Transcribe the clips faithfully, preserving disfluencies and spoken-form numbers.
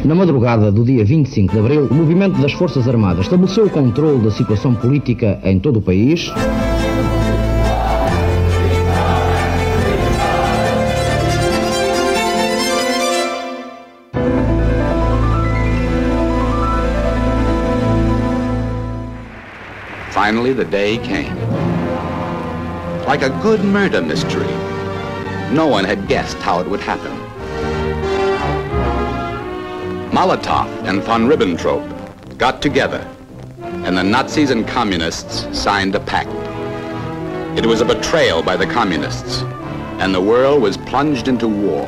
Na madrugada do dia vinte e cinco de abril, o movimento das Forças Armadas estabeleceu o controle da situação política em todo o país. Finally, the day came. Like a good murder mystery, no one had guessed how it would happen. Molotov and von Ribbentrop got together, and the Nazis and Communists signed a pact. It was a betrayal by the Communists, and the world was plunged into war.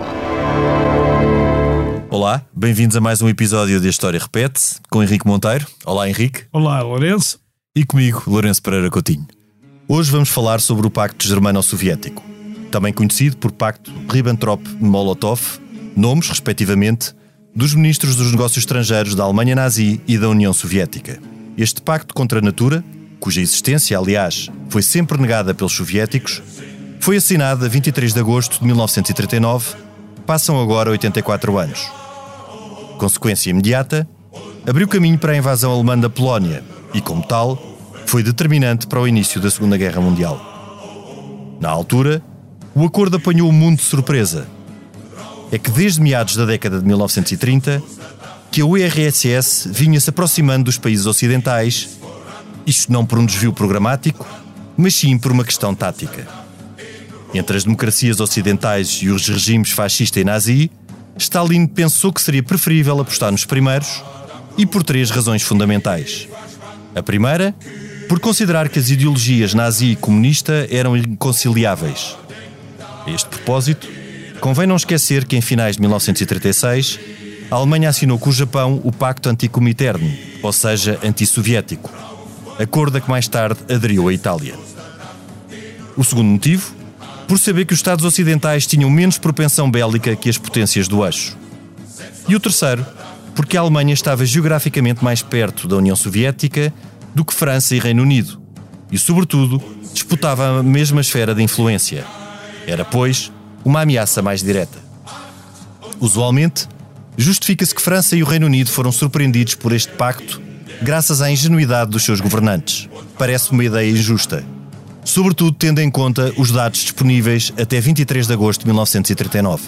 Olá, bem-vindos a mais um episódio de História Repete, com Henrique Monteiro. Olá, Henrique. Olá, Lourenço. E comigo, Lourenço Pereira Coutinho. Hoje vamos falar sobre o Pacto Germano-Soviético, também conhecido por Pacto Ribbentrop-Molotov, nomes, respectivamente, dos ministros dos negócios estrangeiros da Alemanha nazi e da União Soviética. Este pacto contra a natura, cuja existência, aliás, foi sempre negada pelos soviéticos, foi assinado a vinte e três de agosto de mil novecentos e trinta e nove, passam agora oitenta e quatro anos. Consequência imediata, abriu caminho para a invasão alemã da Polónia e, como tal, foi determinante para o início da Segunda Guerra Mundial. Na altura, o acordo apanhou o mundo de surpresa. É que desde meados da década de mil novecentos e trinta que a U R S S vinha se aproximando dos países ocidentais, isto não por um desvio programático, mas sim por uma questão tática. Entre as democracias ocidentais e os regimes fascista e nazi, Stalin pensou que seria preferível apostar nos primeiros e por três razões fundamentais. A primeira, por considerar que as ideologias nazi e comunista eram inconciliáveis. A este propósito, convém não esquecer que em finais de mil novecentos e trinta e seis, a Alemanha assinou com o Japão o Pacto Anticomitern, ou seja, antissoviético, acordo a que mais tarde aderiu a Itália. O segundo motivo, por saber que os Estados ocidentais tinham menos propensão bélica que as potências do eixo. E o terceiro, porque a Alemanha estava geograficamente mais perto da União Soviética do que França e Reino Unido, e, sobretudo, disputava a mesma esfera de influência. Era, pois, uma ameaça mais direta. Usualmente, justifica-se que França e o Reino Unido foram surpreendidos por este pacto graças à ingenuidade dos seus governantes. Parece-me uma ideia injusta, sobretudo tendo em conta os dados disponíveis até vinte e três de agosto de mil novecentos e trinta e nove.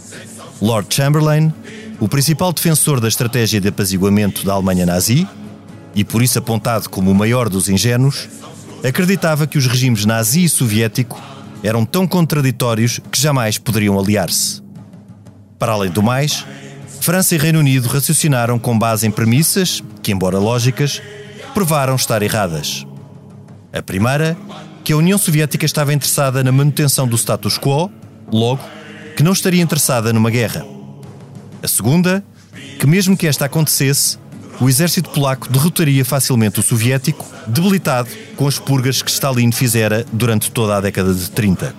Lord Chamberlain, o principal defensor da estratégia de apaziguamento da Alemanha nazi, e por isso apontado como o maior dos ingênuos, acreditava que os regimes nazi e soviético eram tão contraditórios que jamais poderiam aliar-se. Para além do mais, França e Reino Unido raciocinaram com base em premissas que, embora lógicas, provaram estar erradas. A primeira, que a União Soviética estava interessada na manutenção do status quo, logo, que não estaria interessada numa guerra. A segunda, que mesmo que esta acontecesse, o exército polaco derrotaria facilmente o soviético, debilitado com as purgas que Stalin fizera durante toda a década de trinta.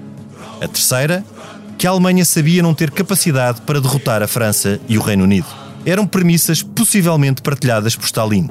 A terceira, que a Alemanha sabia não ter capacidade para derrotar a França e o Reino Unido. Eram premissas possivelmente partilhadas por Stalin.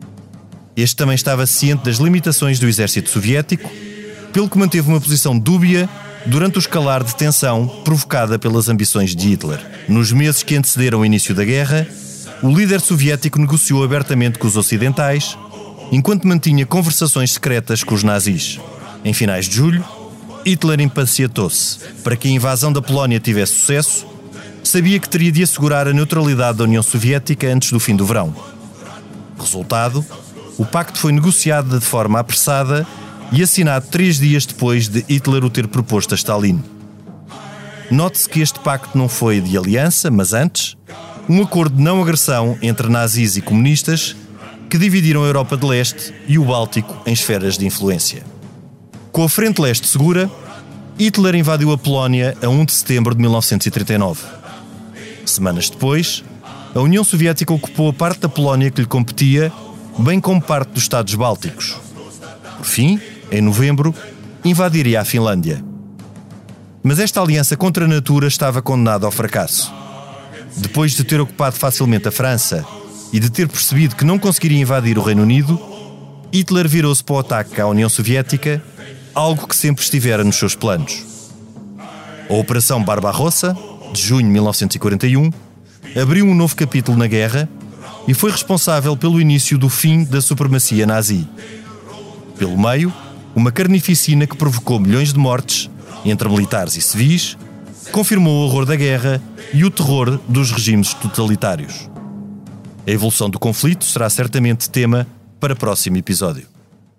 Este também estava ciente das limitações do exército soviético, pelo que manteve uma posição dúbia durante o escalar de tensão provocada pelas ambições de Hitler. Nos meses que antecederam o início da guerra, o líder soviético negociou abertamente com os ocidentais, enquanto mantinha conversações secretas com os nazis. Em finais de julho, Hitler impacientou-se. Para que a invasão da Polónia tivesse sucesso, sabia que teria de assegurar a neutralidade da União Soviética antes do fim do verão. Resultado, o pacto foi negociado de forma apressada e assinado três dias depois de Hitler o ter proposto a Stalin. Note-se que este pacto não foi de aliança, mas antes, um acordo de não agressão entre nazis e comunistas que dividiram a Europa de Leste e o Báltico em esferas de influência. Com a frente leste segura, Hitler invadiu a Polónia a um de setembro de mil novecentos e trinta e nove. Semanas depois, a União Soviética ocupou a parte da Polónia que lhe competia, bem como parte dos Estados Bálticos. Por fim, em novembro, invadiria a Finlândia. Mas esta aliança contra a natura estava condenada ao fracasso. Depois de ter ocupado facilmente a França e de ter percebido que não conseguiria invadir o Reino Unido, Hitler virou-se para o ataque à União Soviética, algo que sempre estivera nos seus planos. A Operação Barbarossa, de junho de mil novecentos e quarenta e um, abriu um novo capítulo na guerra e foi responsável pelo início do fim da supremacia nazi. Pelo meio, uma carnificina que provocou milhões de mortes entre militares e civis, confirmou o horror da guerra e o terror dos regimes totalitários. A evolução do conflito será certamente tema para próximo episódio.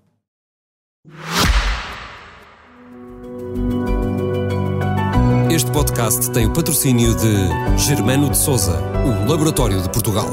Este podcast tem o patrocínio de Germano de Sousa, o Laboratório de Portugal.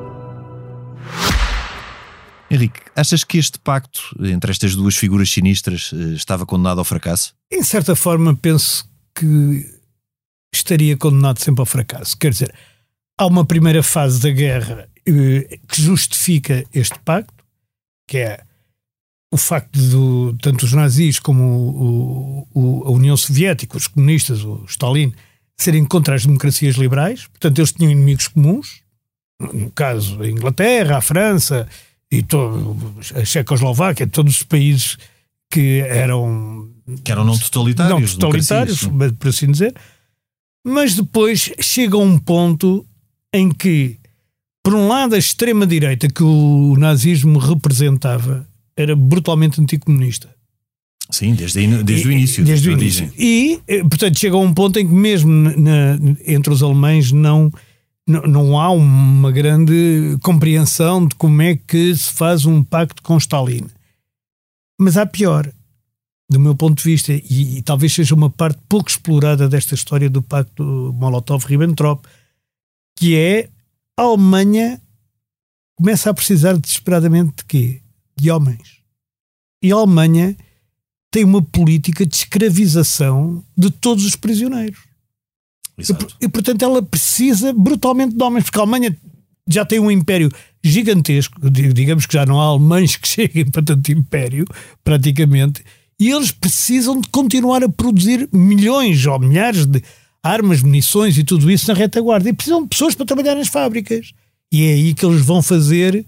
Henrique, achas que este pacto entre estas duas figuras sinistras estava condenado ao fracasso? Em certa forma, penso que estaria condenado sempre ao fracasso. Quer dizer, há uma primeira fase da guerra eh, que justifica este pacto, que é o facto de tanto os nazis como o, o, a União Soviética, os comunistas, o Stalin, serem contra as democracias liberais. Portanto, eles tinham inimigos comuns, no caso a Inglaterra, a França e todo, a Checoslováquia, todos os países que eram que eram não totalitários, não totalitários, por assim dizer. Mas depois chega a um ponto em que, por um lado, a extrema-direita que o nazismo representava era brutalmente anticomunista. Sim, desde, desde e, o início. Desde o início. E, portanto, chega a um ponto em que mesmo na, entre os alemães não, não, não há uma grande compreensão de como é que se faz um pacto com Stalin. Mas há pior, do meu ponto de vista, e, e talvez seja uma parte pouco explorada desta história do pacto Molotov-Ribbentrop, que é a Alemanha começa a precisar desesperadamente de quê? De homens. E a Alemanha tem uma política de escravização de todos os prisioneiros. Exato. E, e, portanto, ela precisa brutalmente de homens, porque a Alemanha já tem um império gigantesco, digamos que já não há alemães que cheguem para tanto império, praticamente, e eles precisam de continuar a produzir milhões ou milhares de armas, munições e tudo isso na retaguarda. E precisam de pessoas para trabalhar nas fábricas. E é aí que eles vão fazer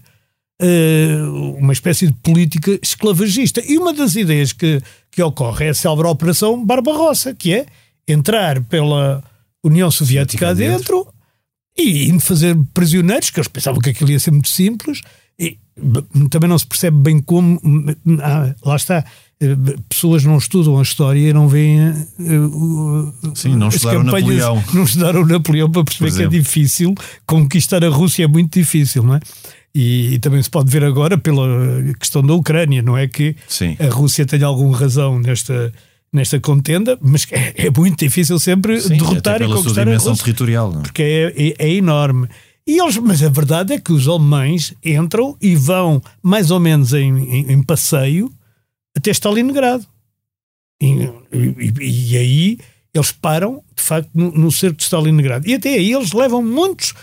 uh, uma espécie de política esclavagista. E uma das ideias que, que ocorre é a célebre Operação Barbarossa, que é entrar pela União Soviética adentro e indo fazer prisioneiros, que eles pensavam que aquilo ia ser muito simples, e também não se percebe bem como. Ah, lá está. Pessoas não estudam a história e não veem uh, Sim, não estudaram Napoleão. Não estudaram Napoleão para perceber que é difícil. Conquistar a Rússia é muito difícil, não é? E, e também se pode ver agora pela questão da Ucrânia, não é que Sim. a Rússia tem alguma razão nesta, nesta contenda, mas é, é muito difícil sempre Sim, derrotar até e pela conquistar sua dimensão a Rússia, territorial, não? porque é, é, é enorme. E eles, mas a verdade é que os alemães entram e vão mais ou menos em, em, em passeio até Stalingrado. E, e, e aí eles param, de facto, no, no cerco de Stalingrado. E até aí eles levam muitos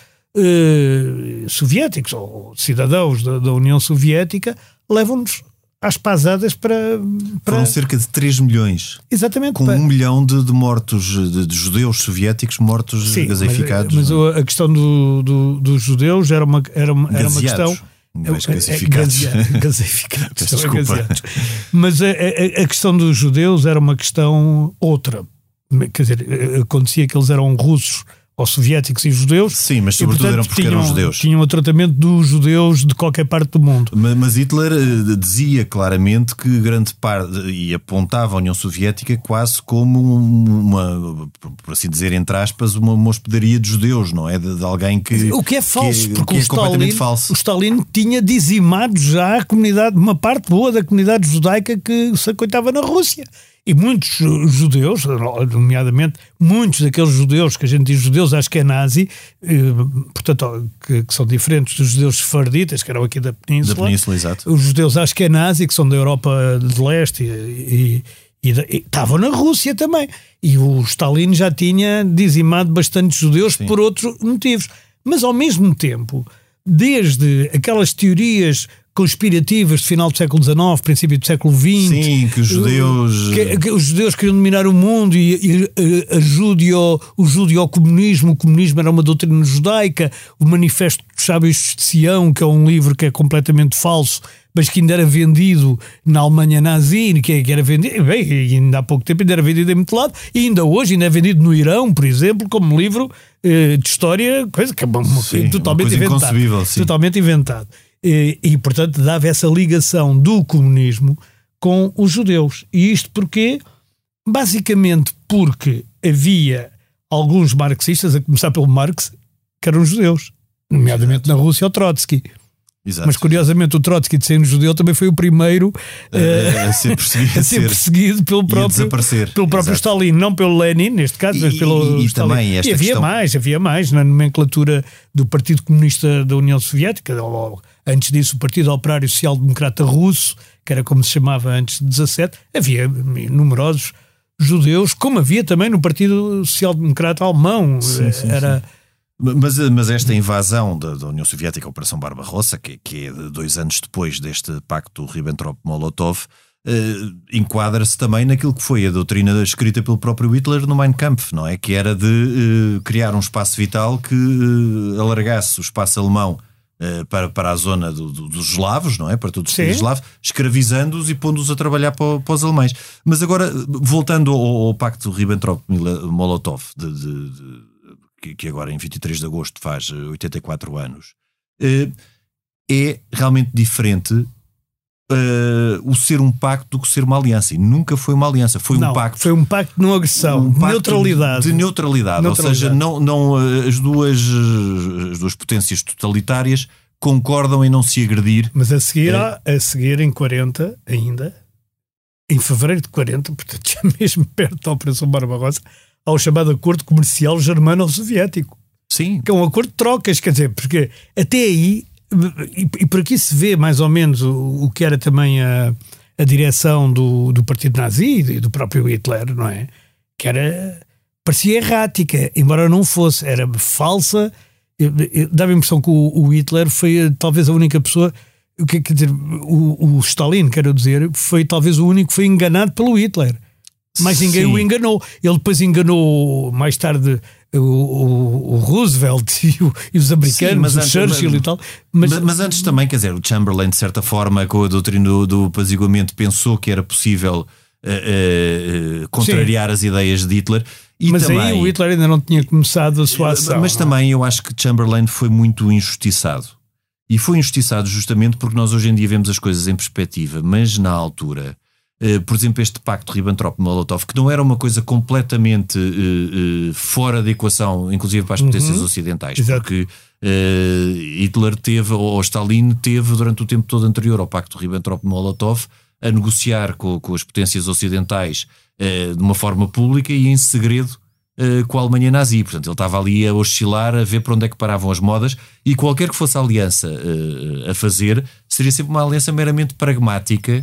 uh, soviéticos, ou cidadãos da, da União Soviética, levam-nos às pasadas para, para... Foram cerca de três milhões. Exatamente. Com para... um milhão de, de mortos, de, de judeus soviéticos mortos, Sim, gaseificados. Mas, mas a questão do, do, dos judeus era uma, era uma, era uma questão... Gaseificados. É, gaseificados. Desculpa. Mas a, a, a questão dos judeus era uma questão outra. Quer dizer, acontecia que eles eram russos ou soviéticos e judeus. Sim, mas sobretudo e, portanto, eram porque tinham, eram judeus. Tinham o tratamento dos judeus de qualquer parte do mundo. Mas, mas Hitler dizia claramente que grande parte, e apontava a União Soviética quase como uma, por assim dizer, entre aspas, uma, uma hospedaria de judeus, não é? De, de alguém que... O que é falso, que é, porque que o, é Stalin, completamente falso. o Stalin tinha dizimado já a comunidade, uma parte boa da comunidade judaica que se acoitava na Rússia. E muitos judeus, nomeadamente muitos daqueles judeus que a gente diz judeus ashkenazi, portanto, que, que são diferentes dos judeus sefarditas, que eram aqui da Península. Da Península, exato. Os judeus ashkenazi, que são da Europa de Leste e, e, e, e estavam na Rússia também. E o Stalin já tinha dizimado bastantes judeus Sim. por outros motivos. Mas, ao mesmo tempo, desde aquelas teorias conspirativas do final do século dezenove, princípio do século vinte. Sim, que os judeus... Que, que os judeus queriam dominar o mundo e, e, e a judeo, o judeo-comunismo. O comunismo era uma doutrina judaica. O Manifesto dos Sábios de Sião, que é um livro que é completamente falso, mas que ainda era vendido na Alemanha nazi, que era vendido, bem, ainda há pouco tempo ainda era vendido em muito lado, e ainda hoje ainda é vendido no Irão, por exemplo, como livro eh, de história, coisa que é uma, sim, totalmente uma coisa inventado. Totalmente inventado. E, e, portanto, dava essa ligação do comunismo com os judeus. E isto porquê? Basicamente porque havia alguns marxistas, a começar pelo Marx, que eram judeus, nomeadamente na Rússia, o Trotsky. Exato. Mas curiosamente o Trotsky, de sendo judeu, também foi o primeiro a, a ser perseguido, a ser perseguido pelo próprio, pelo próprio Stalin, não pelo Lenin, neste caso, mas pelo e, e Stalin. Também esta e havia questão... mais, havia mais na nomenclatura do Partido Comunista da União Soviética, ou, antes disso o Partido Operário Social Democrata Russo, que era como se chamava antes de dezassete, havia numerosos judeus, como havia também no Partido Social Democrata Alemão. Sim, sim, era... sim. Mas, mas esta invasão da, da União Soviética, a Operação Barbarossa, que, que é de dois anos depois deste pacto Ribbentrop-Molotov, eh, enquadra-se também naquilo que foi a doutrina escrita pelo próprio Hitler no Mein Kampf, não é? Que era de eh, criar um espaço vital que eh, alargasse o espaço alemão eh, para, para a zona do, do, dos eslavos, não é? Para todos os países eslavos, escravizando-os e pondo-os a trabalhar para, para os alemães. Mas agora, voltando ao, ao pacto Ribbentrop-Molotov de, de, de que agora em vinte e três de agosto faz oitenta e quatro anos, é realmente diferente uh, o ser um pacto do que ser uma aliança. E nunca foi uma aliança, foi não, um pacto. Foi um pacto de não agressão, um de neutralidade. De neutralidade, neutralidade. Ou seja, não, não, as, duas, as duas potências totalitárias concordam em não se agredir. Mas a seguir, é. a seguir em quarenta ainda, em fevereiro de quarenta, portanto já mesmo perto da Operação Barbarossa, ao chamado Acordo Comercial Germano-Soviético. Sim. Que é um acordo de trocas, quer dizer, porque até aí, e, e por aqui se vê mais ou menos o, o que era também a, a direção do, do Partido Nazi e do próprio Hitler, não é? Que era, parecia errática, embora não fosse, era falsa. Dava a impressão que o, o Hitler foi talvez a única pessoa, quer dizer, o, o Stalin, quero dizer, foi talvez o único que foi enganado pelo Hitler. Mas ninguém Sim. o enganou. Ele depois enganou mais tarde o, o, o Roosevelt e, o, e os americanos, Sim, mas o antes, Churchill mas, e tal. Mas, mas, mas antes também, quer dizer, o Chamberlain, de certa forma, com a doutrina do, do apaziguamento, pensou que era possível uh, uh, contrariar Sim. as ideias de Hitler. E mas também, aí o Hitler ainda não tinha começado a sua ação. Mas não? também eu acho que Chamberlain foi muito injustiçado. E foi injustiçado justamente porque nós hoje em dia vemos as coisas em perspectiva, mas na altura... Uh, por exemplo, este pacto Ribbentrop-Molotov, que não era uma coisa completamente uh, uh, fora da equação, inclusive para as potências uhum. ocidentais, Exato. Porque uh, Hitler teve, ou Stalin teve durante o tempo todo anterior ao pacto Ribbentrop-Molotov, a negociar com, com as potências ocidentais uh, de uma forma pública e em segredo uh, com a Alemanha nazi. Portanto, ele estava ali a oscilar, a ver para onde é que paravam as modas, e qualquer que fosse a aliança uh, a fazer, seria sempre uma aliança meramente pragmática,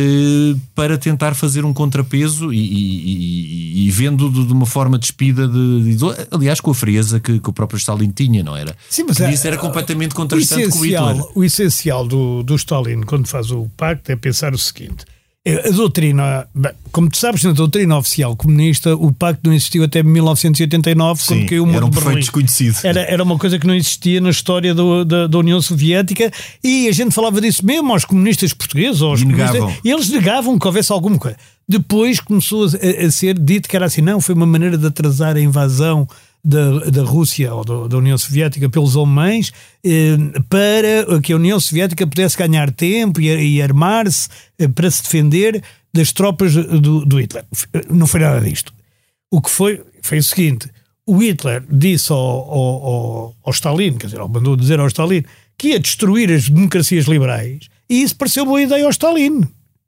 Uh, para tentar fazer um contrapeso e, e, e, e vendo de, de uma forma despida de, de, aliás com a frieza que, que o próprio Stalin tinha, não era? Sim, mas que é, isso era completamente contrastante com o Hitler. O essencial do, do Stalin quando faz o pacto é pensar o seguinte: a doutrina, bem, como tu sabes, na doutrina oficial comunista, o pacto não existiu até mil novecentos e oitenta e nove, Sim, quando caiu o muro era um de Berlim. desconhecido. Era, era uma coisa que não existia na história do, da, da União Soviética, e a gente falava disso mesmo aos comunistas portugueses, aos e comunistas, negavam. E eles negavam que houvesse alguma coisa. Depois começou a, a ser dito que era assim, não, foi uma maneira de atrasar a invasão da, da Rússia ou da, da União Soviética pelos alemães, eh, para que a União Soviética pudesse ganhar tempo e, e armar-se eh, para se defender das tropas do, do Hitler. Não foi nada disto. O que foi, foi o seguinte: o Hitler disse ao, ao, ao, ao Stalin, quer dizer, mandou dizer ao Stalin que ia destruir as democracias liberais, e isso pareceu boa ideia ao Stalin.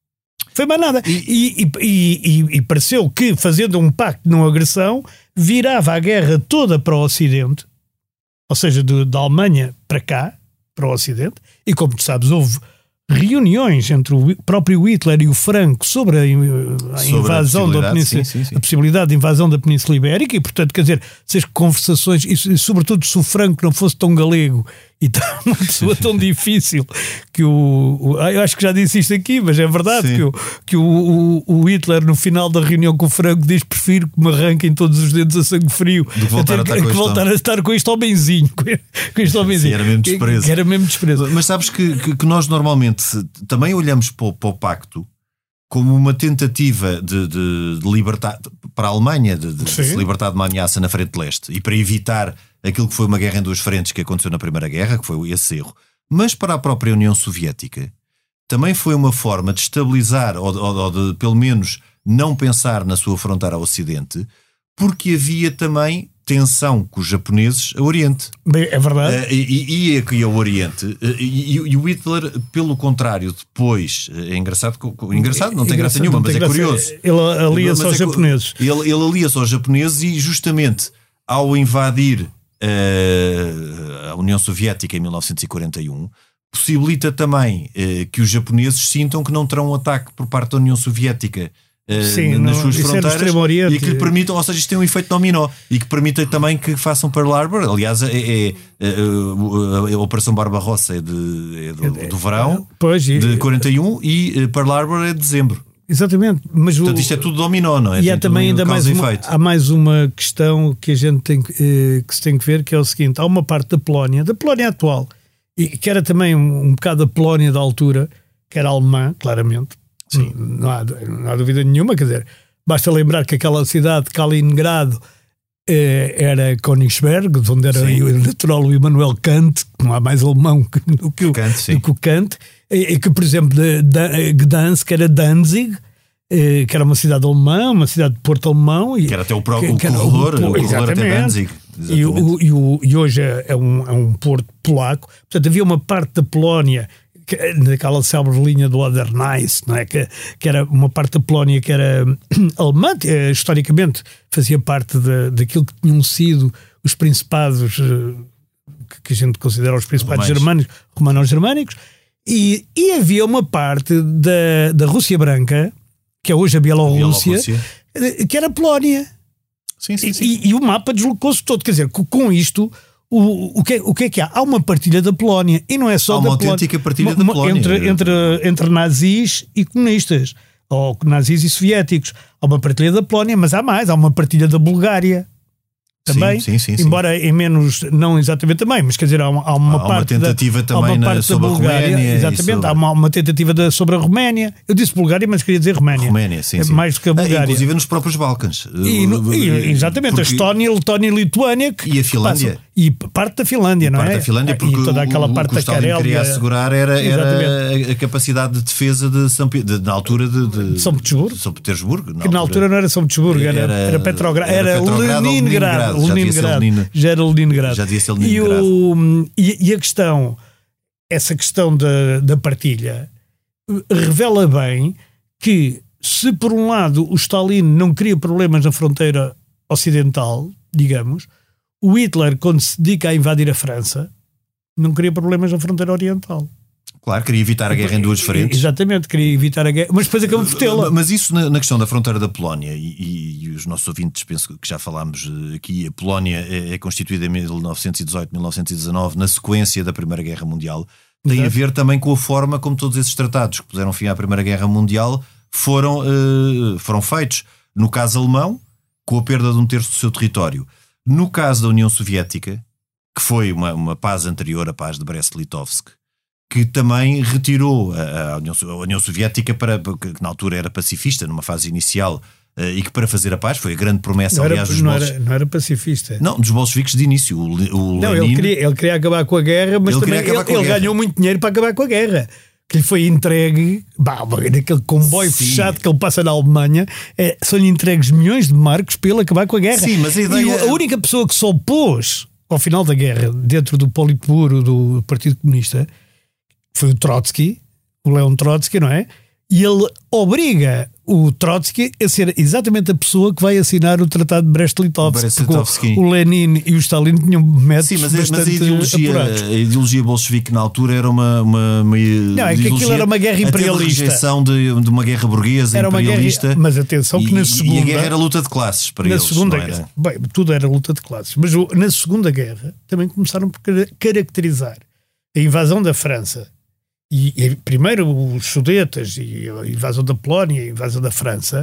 Foi mais nada. E, e, e, e, e pareceu que, fazendo um pacto de não agressão, virava a guerra toda para o Ocidente, ou seja, de, da Alemanha para cá, para o Ocidente, e como tu sabes, houve reuniões entre o próprio Hitler e o Franco sobre a, a sobre invasão a da Península, sim, sim, sim. a possibilidade de invasão da Península Ibérica, e portanto, quer dizer, se as conversações, e, e sobretudo se o Franco não fosse tão galego e está uma pessoa tão difícil que o, o. Eu acho que já disse isto aqui, mas é verdade que, o, que o, o, o Hitler, no final da reunião com o Franco, diz: prefiro que me arranquem todos os dedos a sangue frio do que voltar, a, que, que voltar a estar com este homenzinho. Com este homenzinho. Sim, era mesmo desprezo. Que era mesmo desprezo. Mas sabes que, que, que nós normalmente também olhamos para o, para o pacto como uma tentativa de, de, de libertar para a Alemanha, de, de se libertar de uma ameaça na frente de leste e para evitar aquilo que foi uma guerra em duas frentes que aconteceu na Primeira Guerra, que foi esse erro. Mas para a própria União Soviética também foi uma forma de estabilizar ou, ou, ou de, pelo menos, não pensar na sua fronteira ao Ocidente, porque havia também tensão com os japoneses a Oriente. Bem, é verdade. Uh, e, e aqui ao Oriente. Uh, e, e o Hitler, pelo contrário, depois, é engraçado, engraçado não tem graça nenhuma, mas é curioso. Ele alia-se aos é, japoneses. Ele, ele alia-se aos japoneses e justamente ao invadir uh, a União Soviética em mil novecentos e quarenta e um, possibilita também uh, que os japoneses sintam que não terão um ataque por parte da União Soviética Sim, nas não, suas fronteiras e que lhe permitam, ou seja, isto tem um efeito dominó e que permita também que façam Pearl Harbor. Aliás, é, é, é, a, a Operação Barbarossa é, de, é do, do verão pois, de quarenta e um e Pearl Harbor é de dezembro. Exatamente, mas portanto o, isto é tudo dominó, não é? E tem há também ainda mais uma, há mais uma questão que a gente tem que, que se tem que ver, que é o seguinte: há uma parte da Polónia, da Polónia atual, e que era também um, um bocado da Polónia da altura, que era alemã, claramente. Sim. Não há, não há dúvida nenhuma, quer dizer, basta lembrar que aquela cidade de Kaliningrado eh, era Königsberg, de onde era sim. o natural o Immanuel Kant, que não há mais alemão que, do, que o, Kant, do que o Kant, e, e que, por exemplo, de, de, Gdansk era Danzig, eh, que era uma cidade alemã, uma cidade de porto alemão. E, que era até o, próprio, que, o corredor, o, o corredor até Danzig. E, o, e, o, e hoje é, é, um, é um porto polaco. Portanto, havia uma parte da Polónia naquela célebre linha do Oder-Neisse, não é? que, que era uma parte da Polónia que era alemã, historicamente fazia parte de, daquilo que tinham sido os principados que, que a gente considera os principados germânicos, romano-germânicos, e, e havia uma parte da, da Rússia Branca, que é hoje a Bielorrússia, Bielorrússia. que era a Polónia. Sim, sim, sim. E, e o mapa deslocou-se todo. Quer dizer, com, com isto O, o, que é, o que é que há? Há uma partilha da Polónia, e não é só há da uma autêntica Polónia, partilha da Polónia entre, entre, entre nazis e comunistas, ou nazis e soviéticos. Há uma partilha da Polónia, mas há mais, há uma partilha da Bulgária também, sim, sim, sim, embora sim. em menos, não exatamente também, mas quer dizer, há uma, há uma há parte uma tentativa da, também há uma na, parte sobre da Bulgária, a Roménia, exatamente, sobre... há uma, uma tentativa da, sobre a Roménia. Eu disse Bulgária, mas queria dizer Roménia. Roménia, sim, é sim. mais do que a Bulgária. Ah, inclusive nos próprios Balcãs. E, no, e, exatamente, porque... a Estónia, Letónia e Lituânia. Que, e a Finlândia. Passam, e parte da Finlândia, não parte é? Da Finlândia, porque e toda aquela o, parte o que o da Stalin queria assegurar era, era a capacidade de defesa de São, de, na altura de, de, de São Petersburgo. De São Petersburgo na que na altura, altura não era São Petersburgo, era, era, era Petrogrado, era, era Leningrado. Leningrado. Leningrado. Já era Leningrado. Já devia ser Leningrado. E, o, e, e a questão, essa questão da, da partilha, revela bem que, se por um lado o Stalin não queria problemas na fronteira ocidental, digamos, o Hitler, quando se dedica a invadir a França, não queria problemas na fronteira oriental. Claro, queria evitar a guerra em duas frentes. Exatamente, queria evitar a guerra, mas depois acabou por tê-la. Mas isso na, na questão da fronteira da Polónia, e, e, e os nossos ouvintes, penso que já falámos aqui, a Polónia é, é constituída em mil novecentos e dezoito, mil novecentos e dezanove, na sequência da Primeira Guerra Mundial, tem Exato. a ver também com a forma como todos esses tratados que puseram fim à Primeira Guerra Mundial foram, uh, foram feitos. No caso alemão, com a perda de um terço do seu território. No caso da União Soviética, que foi uma, uma paz anterior à paz de Brest-Litovsk, que também retirou a, a, União, a União Soviética, para, que na altura era pacifista, numa fase inicial, uh, e que para fazer a paz foi a grande promessa, não aliás, era, dos não, bolsos... era, não era pacifista. Não, dos bolcheviques de início. O, o não, Lenin... ele, queria, ele queria acabar com a guerra, mas ele, também ele, ele guerra. ganhou muito dinheiro para acabar com a guerra. Que lhe foi entregue, bah, naquele comboio Sim. fechado que ele passa na Alemanha, é, são-lhe entregues milhões de marcos para ele acabar com a guerra. Sim, mas a ideia... E a única pessoa que se opôs ao final da guerra, dentro do Politburo do Partido Comunista, foi o Trotsky, o Leon Trotsky, não é? E ele obriga o Trotsky a ser exatamente a pessoa que vai assinar o Tratado de Brest-Litovsk. O Lenin e o Stalin tinham métodos Sim, mas, bastante mas a ideologia, apurados. A ideologia bolchevique na altura era uma... uma, uma não, é que aquilo era uma guerra imperialista. A rejeição de, de uma guerra burguesa era imperialista. Uma guerra, mas atenção que na e, segunda... E a guerra era luta de classes para na eles, segunda não era? Guerra, bem, tudo era luta de classes. Mas na segunda guerra também começaram por caracterizar a invasão da França, e, e primeiro os Sudetas, e a invasão da Polónia, a invasão da França,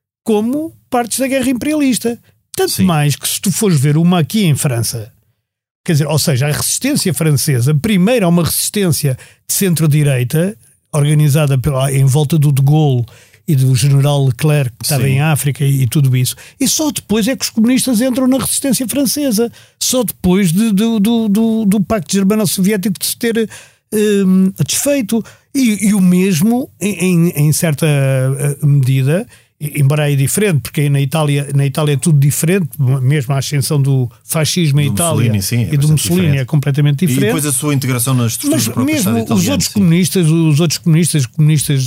como partes da guerra imperialista. Tanto Sim. mais que se tu fores ver uma aqui em França, quer dizer, ou seja, a resistência francesa, primeiro há uma resistência de centro-direita, organizada pela, em volta do de Gaulle e do general Leclerc, que estava Sim. em África e, e tudo isso. E só depois é que os comunistas entram na resistência francesa. Só depois de, de, do, do, do Pacto Germano-Soviético de se ter um, desfeito. E, e o mesmo, em, em certa medida, embora é diferente, porque na Itália, na Itália é tudo diferente, mesmo a ascensão do fascismo em do Itália Mussolini, sim, é e do Mussolini diferente. É completamente diferente. E depois a sua integração nas estruturas do próprio Estado italiano. Os outros sim. comunistas, os outros comunistas, comunistas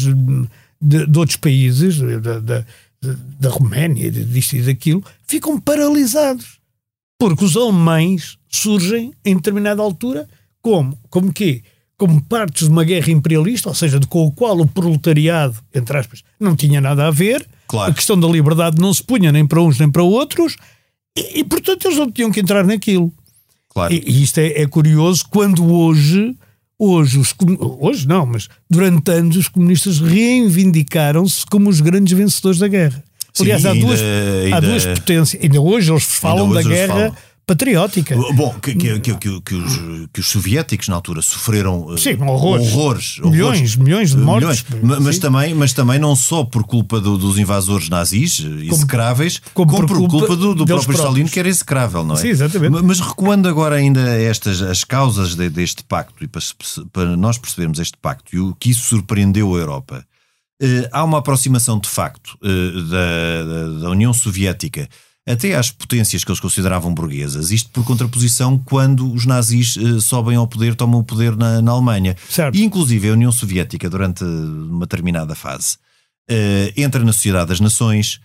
de, de outros países, da, da, da Roménia, disto e daquilo, ficam paralisados. Porque os alemães surgem em determinada altura como? Como quê? Como partes de uma guerra imperialista, ou seja, de, com o qual o proletariado, entre aspas, não tinha nada a ver. Claro. A questão da liberdade não se punha nem para uns nem para outros e, e portanto, eles não tinham que entrar naquilo. Claro. E, e isto é, é curioso quando hoje, hoje, os, hoje não, mas durante anos os comunistas reivindicaram-se como os grandes vencedores da guerra. Sim, aliás, há, ainda, duas, ainda, há duas potências. Ainda hoje eles falam hoje da guerra falam. patriótica. Bom, que, que, que, que, que, os, que os soviéticos na altura sofreram Sim, horrores. horrores milhões, horrores, milhões de mortes. Milhões. Mas, também, mas também não só por culpa do, dos invasores nazis execráveis, como, como por culpa, culpa do, do próprio Stalin, que era execrável, não é? Sim, exatamente. Mas recuando agora ainda estas as causas de, deste pacto, e para, para nós percebermos este pacto e o que isso surpreendeu a Europa, eh, há uma aproximação de facto eh, da, da, da União Soviética até às potências que eles consideravam burguesas, isto por contraposição quando os nazis uh, sobem ao poder, tomam o poder na, na Alemanha. Certo. E inclusive a União Soviética, durante uma determinada fase, uh, entra na Sociedade das Nações,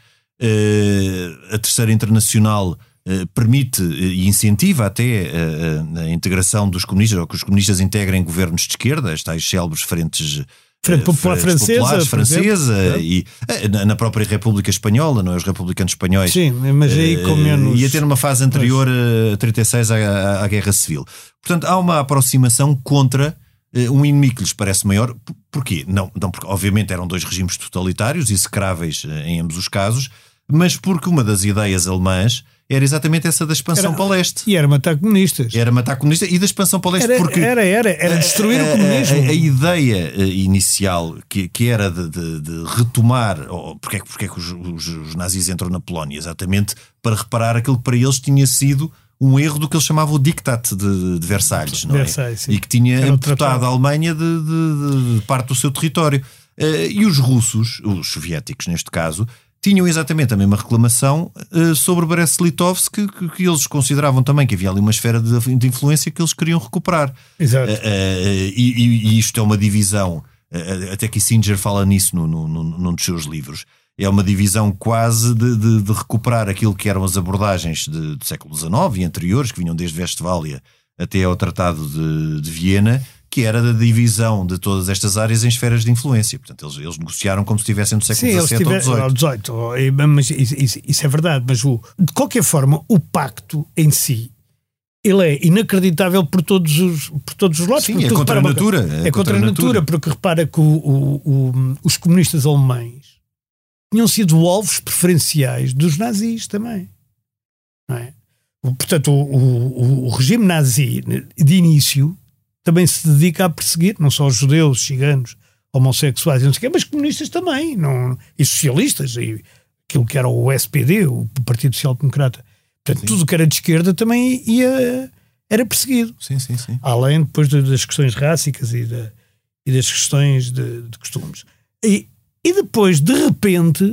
uh, a Terceira Internacional uh, permite e incentiva até uh, a integração dos comunistas, ou que os comunistas integrem governos de esquerda, as tais célebres frentes Frente Popular Francesa, francesa e na própria República Espanhola, não é? Os republicanos espanhóis. Sim, mas aí com menos... Ia ter uma fase anterior a trinta e seis à, à Guerra Civil. Portanto, há uma aproximação contra um inimigo que lhes parece maior. Porquê? Não, não porque obviamente eram dois regimes totalitários, execráveis em ambos os casos, mas porque uma das ideias alemãs era exatamente essa da expansão era, para o leste. E era matar comunistas. Era matar comunistas e da expansão para o leste. Era, porque era, era, era destruir a, o comunismo. A, a, a ideia inicial que, que era de, de, de retomar, ou porque é, porque é que os, os, os nazis entram na Polónia? Exatamente para reparar aquilo que para eles tinha sido um erro do que eles chamavam o Diktat de, de Versalhes, não é? Versailles, sim. E que tinha era amputado a Alemanha de, de, de parte do seu território. E os russos, os soviéticos neste caso, tinham exatamente a mesma reclamação uh, sobre Brest-Litovsk, que, que, que eles consideravam também que havia ali uma esfera de, de influência que eles queriam recuperar. Exato. Uh, uh, e, e isto é uma divisão, uh, até Kissinger fala nisso no, no, no, num dos seus livros, é uma divisão quase de, de, de recuperar aquilo que eram as abordagens de, do século dezenove e anteriores, que vinham desde Westfália até ao Tratado de, de Viena, que era da divisão de todas estas áreas em esferas de influência. Portanto, eles, eles negociaram como se estivessem no século dezassete ou dezoito. Mas isso, isso, isso é verdade, mas o, de qualquer forma, o pacto em si, ele é inacreditável por todos os, por todos os lados. Sim, é contra a natura. É, é contra a natura, porque repara que o, o, o, os comunistas alemães tinham sido alvos preferenciais dos nazis também. Não é? Portanto, o, o, o regime nazi, de início, também se dedica a perseguir não só os judeus, ciganos, homossexuais, não sei o quê, mas comunistas também, não, e socialistas, e aquilo que era o S P D, o Partido Social Democrata. Portanto, sim, tudo o que era de esquerda também ia, era perseguido. Sim, sim, sim. Além depois das questões rássicas e, da, e das questões de, de costumes. E, e depois, de repente,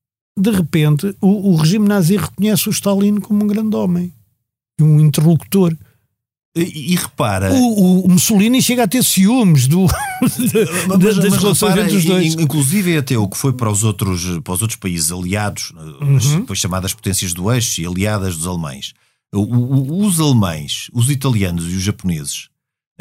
de repente, o, o regime nazi reconhece o Stalin como um grande homem, um interlocutor. E, e repara... O, o Mussolini chega a ter ciúmes do, de, mas, das mas relações repara, entre os dois. Inclusive até o que foi para os outros, para os outros países aliados, uhum, as, depois chamadas potências do eixo e aliadas dos alemães. O, o, os alemães, os italianos e os japoneses,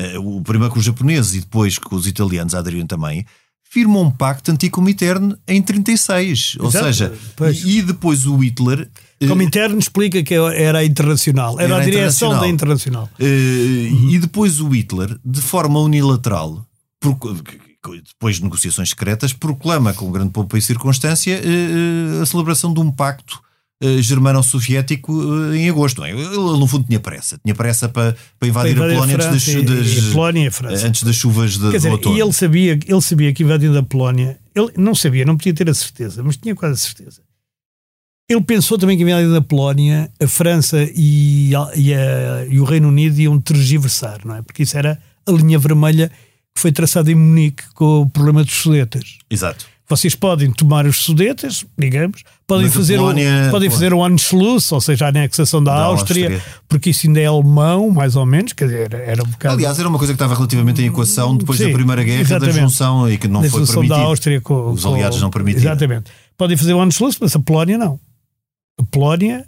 o primeiro com os japoneses e depois com os italianos aderiram também, firmam um pacto anticomiterne em trinta e seis. Ou Exato, seja, pois. E depois o Hitler Como interno explica que era a Internacional, era, era a direção internacional. da Internacional. Uh, e depois o Hitler, de forma unilateral, por, depois de negociações secretas, proclama com grande pompa e circunstância uh, a celebração de um pacto uh, germano-soviético uh, em agosto. Não é? Ele, no fundo, tinha pressa. Tinha pressa para, para invadir, para invadir a Polónia a antes, das, das, a Polónia e a França. antes das chuvas de, Quer dizer, do outono. E ele sabia, ele sabia que invadindo a Polónia, ele não sabia, não podia ter a certeza, mas tinha quase a certeza. Ele pensou também que invadindo a Polónia, a França e, a, e, a, e o Reino Unido iam tergiversar, não é? Porque isso era a linha vermelha que foi traçada em Munique com o problema dos Sudetas. Exato. Vocês podem tomar os Sudetas, digamos, podem fazer, Polónia, o, podem fazer o Anschluss, ou seja, a anexação da, da Áustria, Áustria, porque isso ainda é alemão, mais ou menos, quer dizer, era um bocado... Aliás, era uma coisa que estava relativamente em equação depois Sim, da Primeira Guerra, exatamente. da junção, e que não da foi permitido. Da Áustria com, Os aliados com, não permitiram. Exatamente. Podem fazer o Anschluss, mas a Polónia não. A Polónia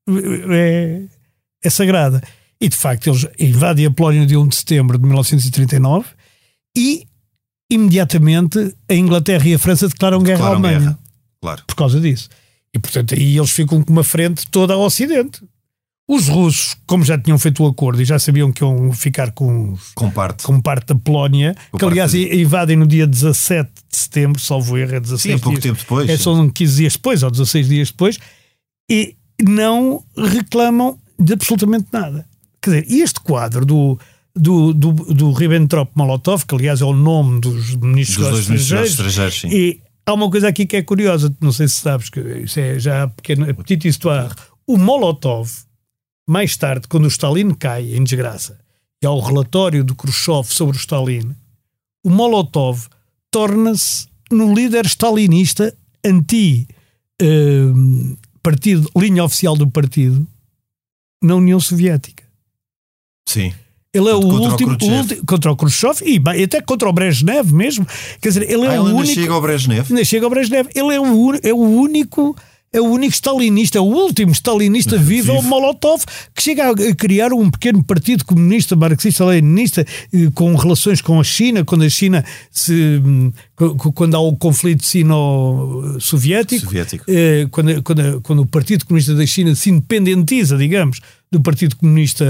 é, é sagrada. E, de facto, eles invadem a Polónia no dia um de setembro de mil novecentos e trinta e nove e, imediatamente, a Inglaterra e a França declaram, declaram guerra à Alemanha. Guerra. Claro. Por causa disso. E, portanto, aí eles ficam com uma frente toda ao Ocidente. Os russos, como já tinham feito o acordo e já sabiam que iam ficar com, com, parte. com parte da Polónia, com que aliás de... invadem no dia dezassete de setembro, salvo erro, é dezasseis Sim, pouco dias, tempo depois. É, são quinze dias depois, ou dezasseis dias depois, e não reclamam de absolutamente nada. Quer dizer, este quadro do, do, do, do Ribbentrop-Molotov, que aliás é o nome dos ministros dos dois estrangeiros, estrangeiros sim. E há uma coisa aqui que é curiosa, não sei se sabes, que isso é já pequeno, petite histoire. O Molotov, mais tarde, quando o Stalin cai em desgraça, e há o relatório do Khrushchev sobre o Stalin, o Molotov torna-se no líder stalinista anti eh, partido, linha oficial do partido na União Soviética. Sim. Ele é o contra último, o o último contra o Khrushchev e bem, até contra o Brezhnev mesmo. Quer dizer, ele é ah, o ele único. Chega ao Brezhnev. Ainda chega ao Brezhnev. Ele é o, é o único. É o único stalinista, é o último stalinista vivo, é o Molotov, que chega a criar um pequeno partido comunista, marxista-leninista, com relações com a China, quando a China se, quando há o conflito sino-soviético, Soviético. quando, quando, quando o Partido Comunista da China se independentiza, digamos, do Partido Comunista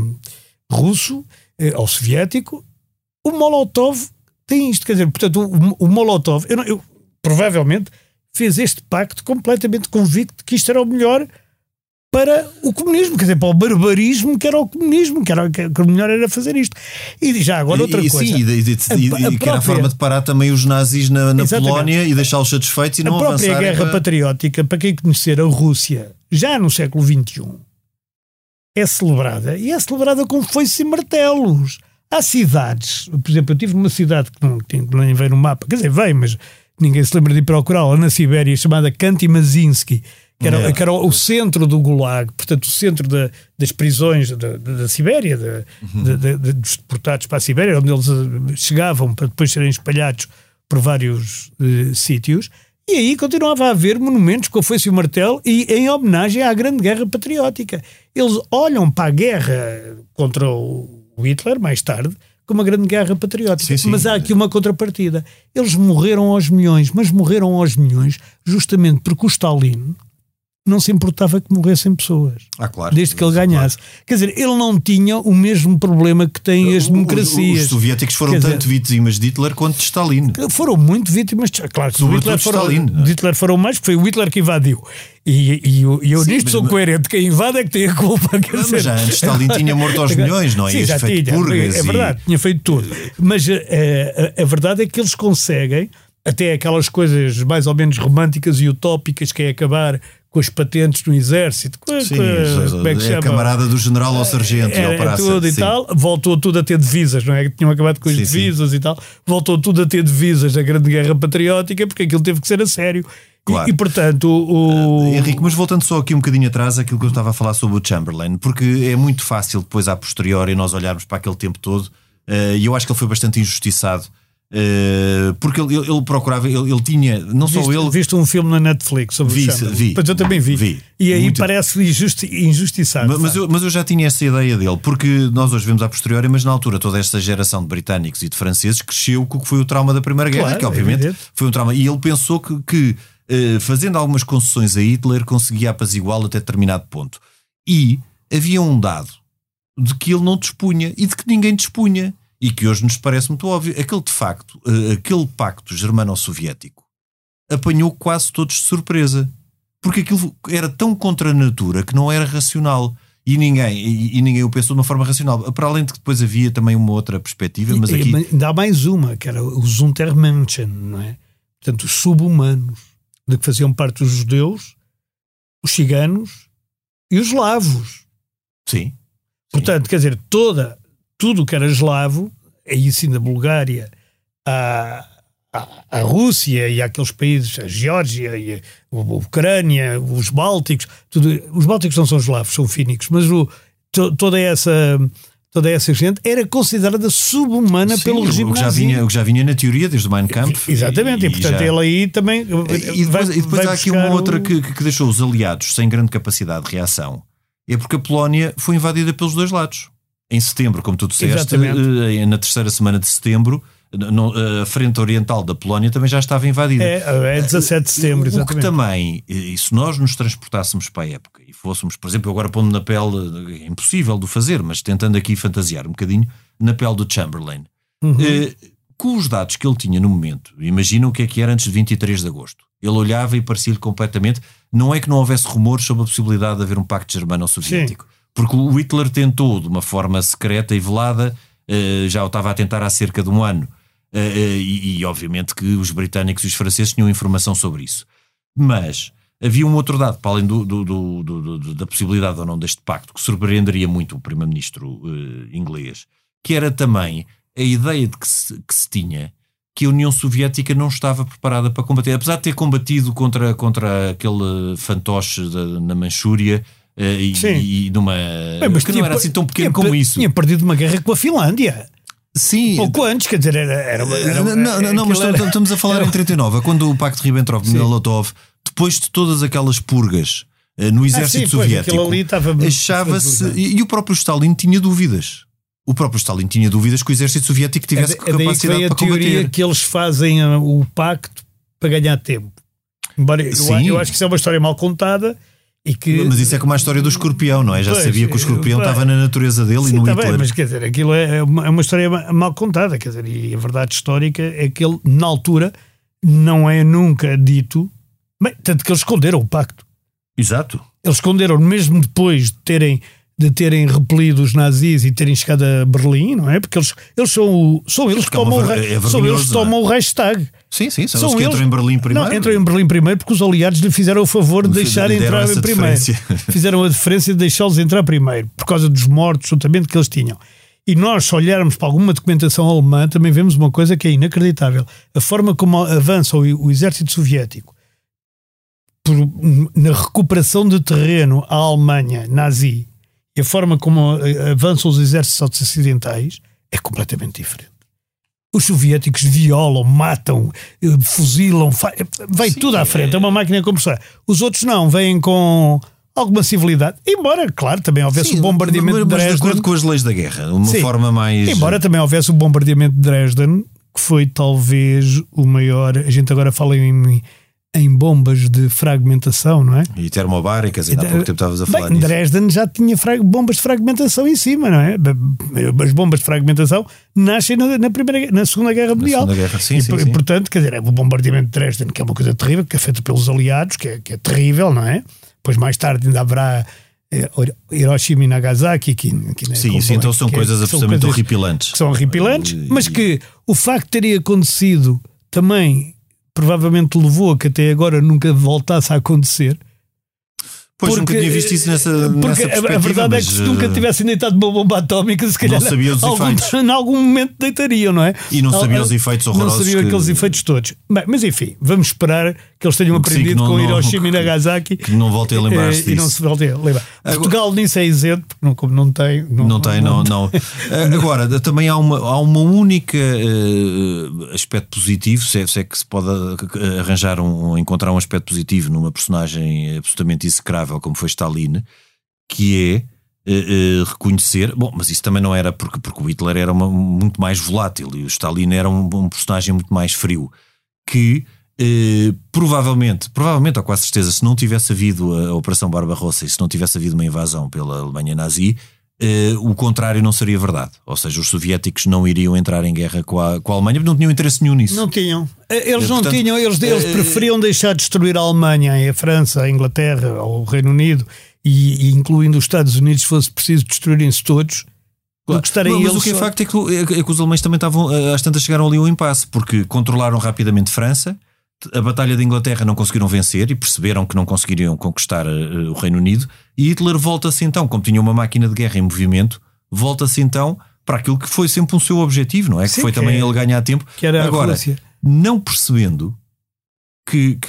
russo, ou soviético, o Molotov tem isto, quer dizer, portanto, o, o Molotov, eu, eu provavelmente fez este pacto completamente convicto que isto era o melhor para o comunismo, quer dizer, para o barbarismo que era o comunismo, que, era, que o melhor era fazer isto. E já agora outra e, coisa. Sim, e, e, e, a, e a própria, que era a forma de parar também os nazis na, na Polónia e deixá-los satisfeitos e não avançarem. A própria guerra para... patriótica, para quem conhecer a Rússia, já no século vinte e um, é celebrada, e é celebrada com foices e martelos. Há cidades, por exemplo, eu tive uma cidade que não, que nem veio no mapa, quer dizer, veio, mas ninguém se lembra de procurá-la, na Sibéria, chamada Khanty-Mazinsky, que era, é. que era o centro do Gulag, portanto o centro da, das prisões da, da, da Sibéria, da, uhum. da, da, dos deportados para a Sibéria, onde eles chegavam para depois serem espalhados por vários uh, sítios, e aí continuava a haver monumentos com a foice e o martelo e em homenagem à grande guerra patriótica. Eles olham para a guerra contra o Hitler, mais tarde, como uma grande guerra patriótica. Sim, sim. Mas há aqui uma contrapartida. Eles morreram aos milhões, mas morreram aos milhões justamente porque o Stalin não se importava que morressem pessoas. Ah, claro. Desde que ele ganhasse. Claro. Quer dizer, ele não tinha o mesmo problema que têm as democracias. Os, os soviéticos foram Quer tanto dizer, vítimas de Hitler quanto de Stalin. Foram muito vítimas. De, claro que Sobretudo Hitler foram, Stalin. De Hitler foram mais, porque foi o Hitler que invadiu. E, e, e eu Sim, nisto mas, sou mas, coerente. Quem invade é que tem a culpa. Quer mas dizer, já antes Stalin tinha morto aos milhões, não é? Sim, já feito tinha. Purgas É verdade, e... tinha feito tudo. Mas a, a, a verdade é que eles conseguem, até aquelas coisas mais ou menos românticas e utópicas, que é acabar com as patentes no exército, com, sim, com, como é que se chama? A camarada do general ao sargento é, e ao praça, tudo e sim. tal, voltou tudo a ter divisas, não é? Tinham acabado com as sim, divisas sim. e tal, voltou tudo a ter divisas da grande guerra patriótica, porque aquilo teve que ser a sério. Claro. E, e portanto o... Uh, Henrique, mas voltando só aqui um bocadinho atrás aquilo que eu estava a falar sobre o Chamberlain, porque é muito fácil depois a posteriori nós olharmos para aquele tempo todo, uh, e eu acho que ele foi bastante injustiçado. Uh, porque ele, ele, ele procurava, ele, ele tinha, não viste, só ele. Viste um filme na Netflix sobre vi, o Chamberlain? Vi, Pois eu também vi. vi e aí muito... parece injusti, injustiçado. Mas, mas, eu, mas eu já tinha essa ideia dele, porque nós hoje vemos a posteriori, mas na altura toda esta geração de britânicos e de franceses cresceu com o que foi o trauma da Primeira Guerra, claro, que obviamente é foi um trauma. E ele pensou que, que uh, fazendo algumas concessões a Hitler, conseguia apaziguá-lo até determinado ponto. E havia um dado de que ele não dispunha e de que ninguém dispunha, e que hoje nos parece muito óbvio. Aquele, de facto, uh, aquele pacto germano-soviético apanhou quase todos de surpresa, porque aquilo era tão contra a natura que não era racional. E ninguém, e, e ninguém o pensou de uma forma racional. Para além de que depois havia também uma outra perspectiva, mas aqui... Ainda há mais uma, que era os Untermenschen, não é? Portanto, os sub-humanos, de que faziam parte os judeus, os ciganos e os eslavos. Sim. Portanto, sim. Quer dizer, toda, tudo o que era eslavo, aí sim da Bulgária à, à, à Rússia e àqueles países, a Geórgia e a, a Ucrânia, os Bálticos, tudo, os Bálticos não são eslavos, são fínicos, mas o, to, toda essa... Toda essa gente era considerada sub-humana Sim, pelo regime o que já nazi. vinha, o que já vinha na teoria desde o Mein Kampf. Exatamente, e, e portanto já... ele aí também... E depois, vai, e depois vai há aqui uma outra o... que, que deixou os aliados sem grande capacidade de reação. É porque a Polónia foi invadida pelos dois lados. Em setembro, como tu disseste, Exatamente. na terceira semana de setembro, a frente oriental da Polónia também já estava invadida. É, é dezassete de setembro, exatamente. O que também, e se nós nos transportássemos para a época e fôssemos, por exemplo, agora pondo na pele, é impossível de o fazer, mas tentando aqui fantasiar um bocadinho, na pele do Chamberlain, uhum. eh, com os dados que ele tinha no momento, imagina o que é que era antes de vinte e três de agosto. Ele olhava e parecia-lhe completamente, não é que não houvesse rumores sobre a possibilidade de haver um pacto germano-soviético, Sim. porque o Hitler tentou, de uma forma secreta e velada, eh, já o estava a tentar há cerca de um ano, Uh, uh, e, e obviamente que os britânicos e os franceses tinham informação sobre isso. Mas havia um outro dado, para além do, do, do, do, do, da possibilidade ou não deste pacto, que surpreenderia muito o primeiro-ministro uh, inglês, que era também a ideia de que se, que se tinha que a União Soviética não estava preparada para combater, apesar de ter combatido contra, contra aquele fantoche da, na Manchúria uh, e, e numa... Bem, mas que tinha, não era assim tão pequeno como isso. Tinha perdido uma guerra com a Finlândia. Sim. Pouco antes, quer dizer, era... era, era não, não, não mas era, estamos a falar era, em trinta e nove, quando o Pacto de Ribbentrop-Molotov, depois de todas aquelas purgas uh, no exército ah, sim, soviético, achava-se... E, e o próprio Stalin tinha dúvidas. O próprio Stalin tinha dúvidas que o exército soviético tivesse é, capacidade é para combater. A teoria que eles fazem o pacto para ganhar tempo. Embora eu, eu acho que isso é uma história mal contada. E que... Mas isso é como a história do escorpião, não é? Já pois, sabia que o escorpião estava na natureza dele sim, e no tá Hitler. Bem, mas quer dizer, aquilo é uma, é uma história mal contada, quer dizer, e a verdade histórica é que ele, na altura, não é nunca dito, bem, tanto que eles esconderam o pacto. Exato. Eles esconderam, mesmo depois de terem, de terem repelido os nazis e terem chegado a Berlim, não é? Porque eles, eles são, o, são eles que tomam, é são eles que tomam o Reichstag. Sim, sim, são, são os que eles, entram em Berlim primeiro. Não, entram em Berlim primeiro porque os aliados lhe fizeram o favor de deixar entrar primeiro. Fizeram a diferença de deixá-los entrar primeiro, por causa dos mortos, absolutamente, que eles tinham. E nós, se olharmos para alguma documentação alemã, também vemos uma coisa que é inacreditável. A forma como avança o, o exército soviético por, na recuperação de terreno à Alemanha nazi e a forma como avançam os exércitos ocidentais é completamente diferente. Os soviéticos violam, matam, fuzilam, vai Sim, tudo à frente, é uma máquina a conversar. Os outros não, vêm com alguma civilidade, embora, claro, também houvesse Sim, o bombardeamento mas, de Dresden. Mas de acordo com as leis da guerra, uma Sim, forma mais... Embora também houvesse o bombardeamento de Dresden, que foi talvez o maior, a gente agora fala em... em bombas de fragmentação, não é? E termobáricas, ainda há pouco tempo estavas a falar Bem, nisso. Dresden já tinha bombas de fragmentação em cima, não é? As bombas de fragmentação nascem na, na, primeira, na Segunda Guerra Mundial. Na Segunda Guerra, sim, e, sim, e, sim. Portanto, quer dizer, é o bombardeamento de Dresden, que é uma coisa terrível, que é feito pelos aliados, que é, que é terrível, não é? Depois mais tarde ainda haverá é, Hiroshima e Nagasaki, que, que sim, como, sim, então são que coisas é, absolutamente são horripilantes. Que são horripilantes, uh, mas que o facto de teria acontecido também provavelmente levou a que até agora nunca voltasse a acontecer. Pois porque, nunca tinha visto isso nessa, porque nessa perspectiva. A verdade mas, é que se nunca tivessem deitado uma bomba atómica, se calhar não sabia os algum, efeitos. em algum momento deitariam, não é? E não sabia os efeitos horrorosos. Não sabiam que... aqueles efeitos todos. Bem, mas enfim, vamos esperar que eles tenham que aprendido sim, não, com Hiroshima não, e Nagasaki. Que não voltem a lembrar-se disso. E não se voltem a lembrar. Agora, Portugal nisso é isento, porque não, como não tem. Não, não tem, não. não, não. Agora, também há uma, há uma única uh, aspecto positivo, se é, se é que se pode arranjar um, encontrar um aspecto positivo numa personagem absolutamente execrável como foi Stalin, que é uh, uh, reconhecer, bom, mas isso também não era porque, porque o Hitler era uma, muito mais volátil e o Stalin era um, um personagem muito mais frio, que Uh, provavelmente, provavelmente, ou quase certeza, se não tivesse havido a, a Operação Barbarossa e se não tivesse havido uma invasão pela Alemanha nazi, uh, o contrário não seria verdade. Ou seja, os soviéticos não iriam entrar em guerra com a, com a Alemanha, porque não tinham interesse nenhum nisso. Não tinham. Eles uh, não portanto, tinham, eles, eles uh, preferiam deixar destruir a Alemanha, a França, a Inglaterra, o Reino Unido e, e incluindo os Estados Unidos, se fosse preciso destruírem-se todos. Claro. Mas, mas eles o que é só... facto é que, é que os alemães também estavam, às tantas chegaram ali ao impasse, porque controlaram rapidamente França. A Batalha de Inglaterra não conseguiram vencer e perceberam que não conseguiriam conquistar uh, o Reino Unido, e Hitler volta-se então, como tinha uma máquina de guerra em movimento, volta-se então para aquilo que foi sempre um seu objetivo, não é? Sim, que foi que também é, ele ganhar tempo. Que era Agora, a Rússia. Não percebendo que,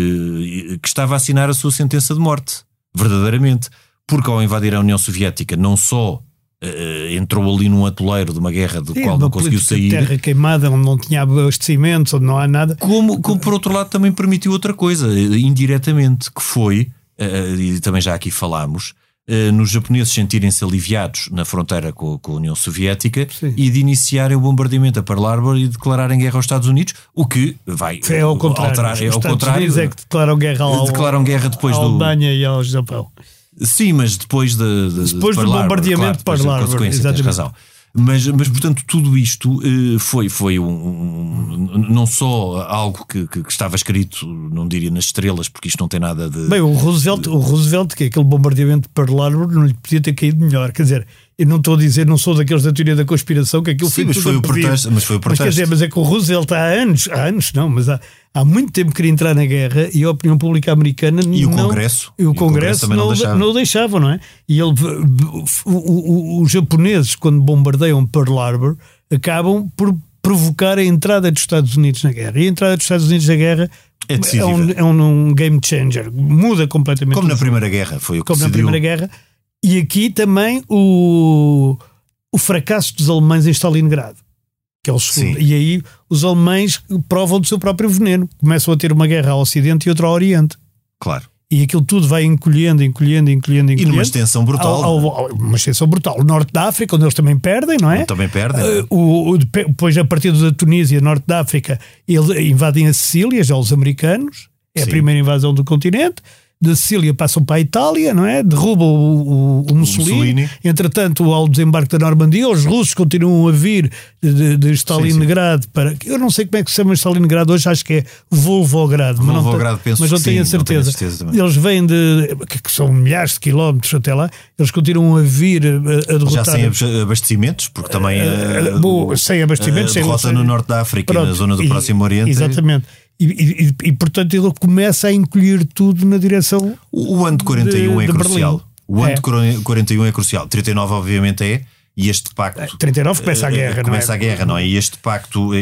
que, que estava a assinar a sua sentença de morte, verdadeiramente, porque ao invadir a União Soviética não só Uh, entrou ali num atoleiro de uma guerra do Sim, qual não conseguiu sair. Terra queimada, onde não tinha abastecimentos, onde não há nada. Como, como por outro lado também permitiu outra coisa, indiretamente, que foi, uh, e também já aqui falámos, uh, nos japoneses sentirem-se aliviados na fronteira com, com a União Soviética. Sim. E de iniciarem o bombardeamento a Pearl Harbor e declararem guerra aos Estados Unidos, o que vai é ao contrário. alterar. É os ao Estados contrário. Unidos é que declaram guerra ao, declaram guerra depois à do Alemanha e ao Japão. Sim, mas depois, de, de, depois de do bombardeamento claro, de Pearl Harbor, tens razão. Mas, mas, portanto, tudo isto uh, foi, foi um, um, não só algo que, que, que estava escrito, não diria nas estrelas, porque isto não tem nada de... Bem, o Roosevelt, o Roosevelt, que é aquele bombardeamento de Pearl Harbor, não lhe podia ter caído melhor. Quer dizer, eu não estou a dizer, não sou daqueles da teoria da conspiração, que aquilo Sim, foi mas tudo foi, a o protesto, mas foi o protesto. Mas, quer dizer, mas é que o Roosevelt há anos, há anos não, mas há, há muito tempo queria entrar na guerra e a opinião pública americana e não... O Congresso. E o, e Congresso, o Congresso não, não, deixava. não o deixava, não é? E ele, o, o, os japoneses, quando bombardeiam Pearl Harbor, acabam por provocar a entrada dos Estados Unidos na guerra. E a entrada dos Estados Unidos na guerra é, é, um, é um, um game changer. Muda completamente. Como na Primeira Guerra, foi o que Como decidiu. na Primeira Guerra. E aqui também o, o fracasso dos alemães em Stalingrado, que é o segundo. Sim. E aí os alemães provam do seu próprio veneno. Começam a ter uma guerra ao Ocidente e outra ao Oriente. Claro. E aquilo tudo vai encolhendo, encolhendo, encolhendo, encolhendo. E numa extensão brutal. Ao, ao, ao, uma extensão brutal. O Norte da África, onde eles também perdem, não é? Também perdem. Uh, o, o, depois, a partir da Tunísia, Norte da África, eles invadem a Sicília, já os americanos. É Sim. a primeira invasão do continente. Da Sicília passam para a Itália, não é? Derrubam o, o, o Mussolini. Mussolini. Entretanto, ao desembarque da Normandia, os russos continuam a vir de, de Stalingrado sim, sim. para... Eu não sei como é que se chama Stalingrado hoje, acho que é Volvogrado. Volvogrado, mas não, penso mas não que tenho sim, a certeza. Não tenho a certeza eles vêm de... que são milhares de quilómetros até lá. Eles continuam a vir a, a derrotar... Já sem abastecimentos, porque também... Uh, uh, bom, sem abastecimentos. A derrota sem... no Norte da África Pronto, e na zona do e, Próximo Oriente. Exatamente. E, e, e, portanto, ele começa a encolher tudo na direção. O, o ano de quarenta e um de, é de crucial. Berlim. O ano é. de quarenta e um é crucial. trinta e nove, obviamente, é. E este pacto. trinta e nove começa a guerra, é, não Começa é? a guerra, não é? E este pacto é,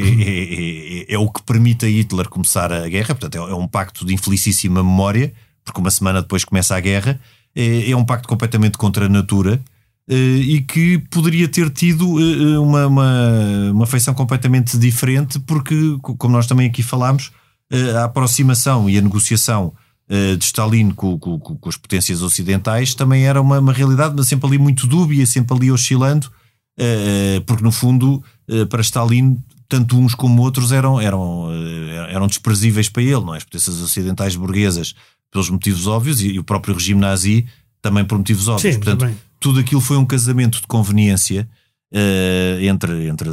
é, é, é o que permite a Hitler começar a guerra. Portanto, é um pacto de infelicíssima memória, porque uma semana depois começa a guerra. É, é um pacto completamente contra a natura. E que poderia ter tido uma, uma, uma feição completamente diferente, porque, como nós também aqui falámos, a aproximação e a negociação de Stalin com, com, com as potências ocidentais também era uma, uma realidade, mas sempre ali muito dúbia, sempre ali oscilando, porque no fundo, para Stalin, tanto uns como outros eram, eram, eram desprezíveis para ele, não é? As potências ocidentais burguesas pelos motivos óbvios e o próprio regime nazi também por motivos óbvios. Sim, portanto, também. Tudo aquilo foi um casamento de conveniência uh, entre, entre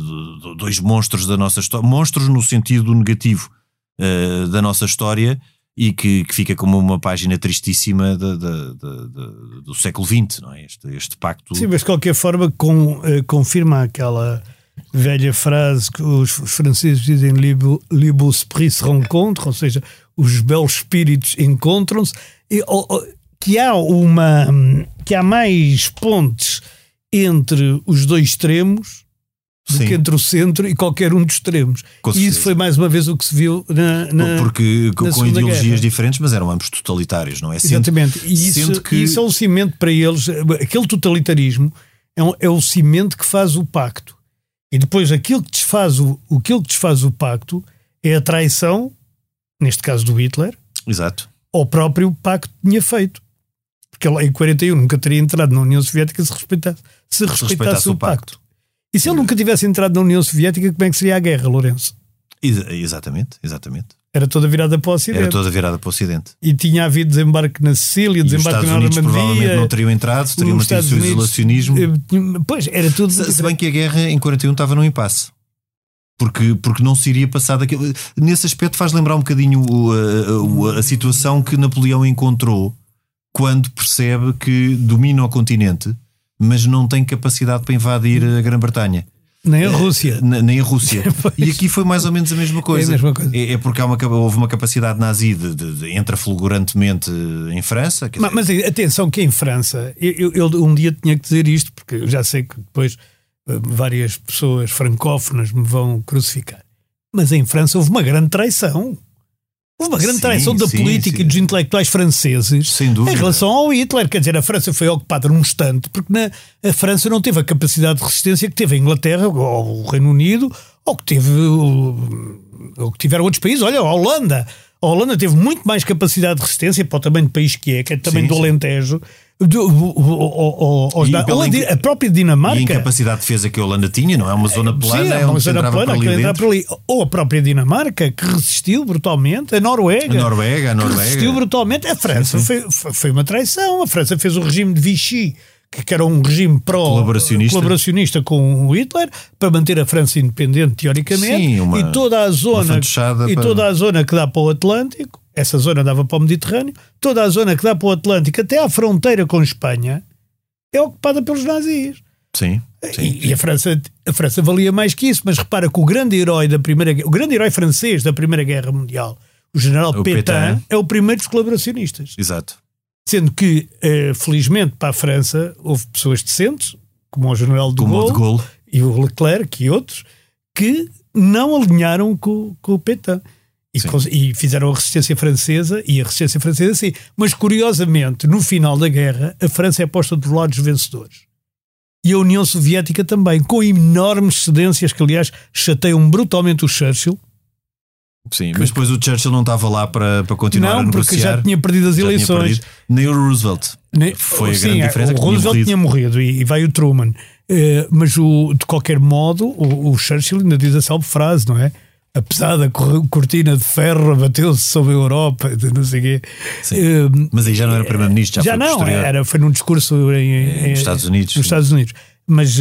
dois monstros da nossa história, monstros no sentido negativo uh, da nossa história, e que, que fica como uma página tristíssima de, de, de, de, do século vinte, não é? Este, este pacto. Sim, mas de qualquer forma com, uh, confirma aquela velha frase que os franceses dizem: les beaux esprits se rencontrent, ou seja, os belos espíritos encontram-se, e, ou, ou, que há uma que há mais pontes entre os dois extremos do Sim. que entre o centro e qualquer um dos extremos. Com e certeza. Isso foi mais uma vez o que se viu na, na porque na com ideologias guerra. diferentes, mas eram ambos totalitários, não é? Exatamente. Sendo, e isso, sendo que... isso é um cimento para eles. Aquele totalitarismo é, um, é o cimento que faz o pacto. E depois aquilo que desfaz o, aquilo que desfaz o pacto é a traição, neste caso do Hitler, Exato. ao próprio pacto que tinha feito. Porque ele em quarenta e um nunca teria entrado na União Soviética se respeitasse, se respeitasse, se respeitasse o, o pacto. pacto. E se ele nunca tivesse entrado na União Soviética, como é que seria a guerra, Lourenço? Ex- exatamente, exatamente. Era toda virada para o Ocidente. Era toda virada para o Ocidente. E tinha havido desembarque na Sicília, desembarque na Normandia. Provavelmente não teriam entrado, teriam mantido o seu isolacionismo. Pois, era tudo. Se, se bem que a guerra em quarenta e um estava num impasse. Porque, porque não se iria passar daquilo. Nesse aspecto faz lembrar um bocadinho a, a, a situação que Napoleão encontrou quando percebe que domina o continente, mas não tem capacidade para invadir a Grã-Bretanha. Nem a Rússia. É, nem a Rússia. E aqui foi mais ou menos a mesma coisa. É, a mesma coisa. é, é porque há uma, houve uma capacidade nazi de, de, de entra fulgurantemente em França. Mas, mas atenção que em França, eu, eu um dia tinha que dizer isto, porque eu já sei que depois várias pessoas francófonas me vão crucificar. Mas em França houve uma grande traição. Houve uma grande sim, traição da sim, política sim. e dos intelectuais franceses sem dúvida. Em relação ao Hitler. Quer dizer, a França foi ocupada num instante porque na, a França não teve a capacidade de resistência que teve a Inglaterra ou o Reino Unido ou que, teve, ou que tiveram outros países. Olha, a Holanda. A Holanda teve muito mais capacidade de resistência para o tamanho do país que é, que é também do Alentejo. Do, o, o, o, da, ou a, a própria Dinamarca. E a incapacidade de defesa que a Holanda tinha, não é uma zona plana, sim, é uma zona plana que entrava por ali. Ou a própria Dinamarca, que resistiu brutalmente, a Noruega, a Noruega, a Noruega. que resistiu brutalmente. A França sim, sim. Foi, foi uma traição. A França fez o regime de Vichy, que era um regime pró-colaboracionista colaboracionista com o Hitler, para manter a França independente, teoricamente. Sim, uma, e toda a zona e para... toda a zona que dá para o Atlântico. Essa zona dava para o Mediterrâneo, toda a zona que dá para o Atlântico, até à fronteira com Espanha, é ocupada pelos nazis. Sim. sim, e, sim. e a França, a França valia mais que isso, mas repara que o grande herói da primeira, o grande herói francês da Primeira Guerra Mundial, o general o Pétain, Pétain, é o primeiro dos colaboracionistas. Exato. Sendo que, eh, felizmente para a França, houve pessoas decentes, como o general de Gaulle, de Gaulle e o Leclerc e outros, que não alinharam com, com o Pétain. E, e fizeram a resistência francesa, e a resistência francesa sim. Mas curiosamente, no final da guerra, a França é posta dos lados vencedores. E a União Soviética também, com enormes cedências que, aliás, chateiam brutalmente o Churchill. Sim, que... mas depois o Churchill não estava lá para, para continuar não, a negociar. Não, porque já tinha perdido as eleições. Perdido. Nem o Roosevelt. Nem... Foi sim, a grande diferença. O que Roosevelt tinha, tinha morrido e, e vai o Truman. Uh, mas, o, de qualquer modo, o, o Churchill ainda diz a salve frase, não é? A pesada cortina de ferro bateu-se sobre a Europa, não sei o quê. Uh, Mas aí já não era primeiro-ministro, já, já foi não, posterior. era, foi num discurso em, em, nos Estados Unidos. Nos Estados Unidos. Mas, uh,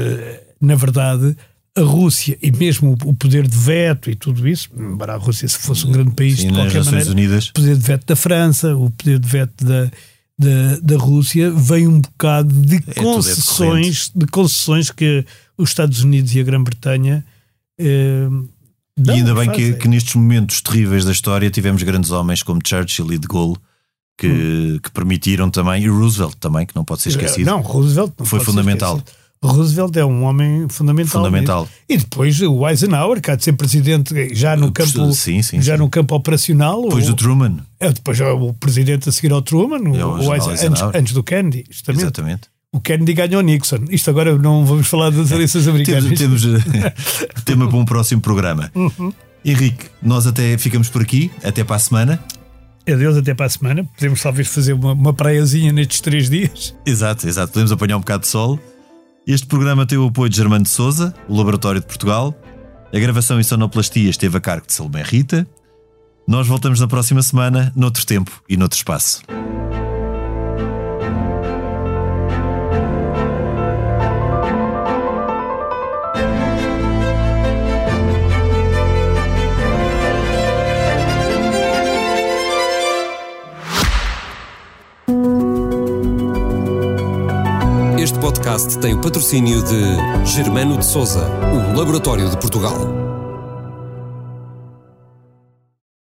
na verdade, a Rússia e mesmo o poder de veto e tudo isso, embora a Rússia se fosse um grande país, sim, de qualquer maneira, Unidas. o poder de veto da França, o poder de veto da, da, da Rússia, veio um bocado de é concessões, de concessões que os Estados Unidos e a Grã-Bretanha... Uh, Não, e ainda bem que, que nestes momentos terríveis da história tivemos grandes homens como Churchill e de Gaulle que, hum. que permitiram também, e Roosevelt também, que não pode ser esquecido. Não, Roosevelt não foi pode fundamental. Ser Roosevelt é um homem fundamental. Fundamental. E depois o Eisenhower, que há de ser presidente já no campo, sim, sim, já sim. no campo operacional. Depois o, do Truman. É, depois o presidente a seguir ao Truman, o, é o o Eisenhower, antes, antes do Kennedy. Justamente. Exatamente. O Kennedy ganhou o Nixon. Isto agora não vamos falar das eleições americanas. temos, temos tema para um próximo programa. Uhum. Henrique, nós até ficamos por aqui, até para a semana. Adeus, até para a semana. Podemos talvez fazer uma, uma praiazinha nestes três dias. Exato, exato. Podemos apanhar um bocado de sol. Este programa tem o apoio de Germano de Souza, o Laboratório de Portugal. A gravação e sonoplastia esteve a cargo de Salomé Rita. Nós voltamos na próxima semana, noutro tempo e noutro espaço. Este podcast tem o patrocínio de Germano de Souza, o Laboratório de Portugal.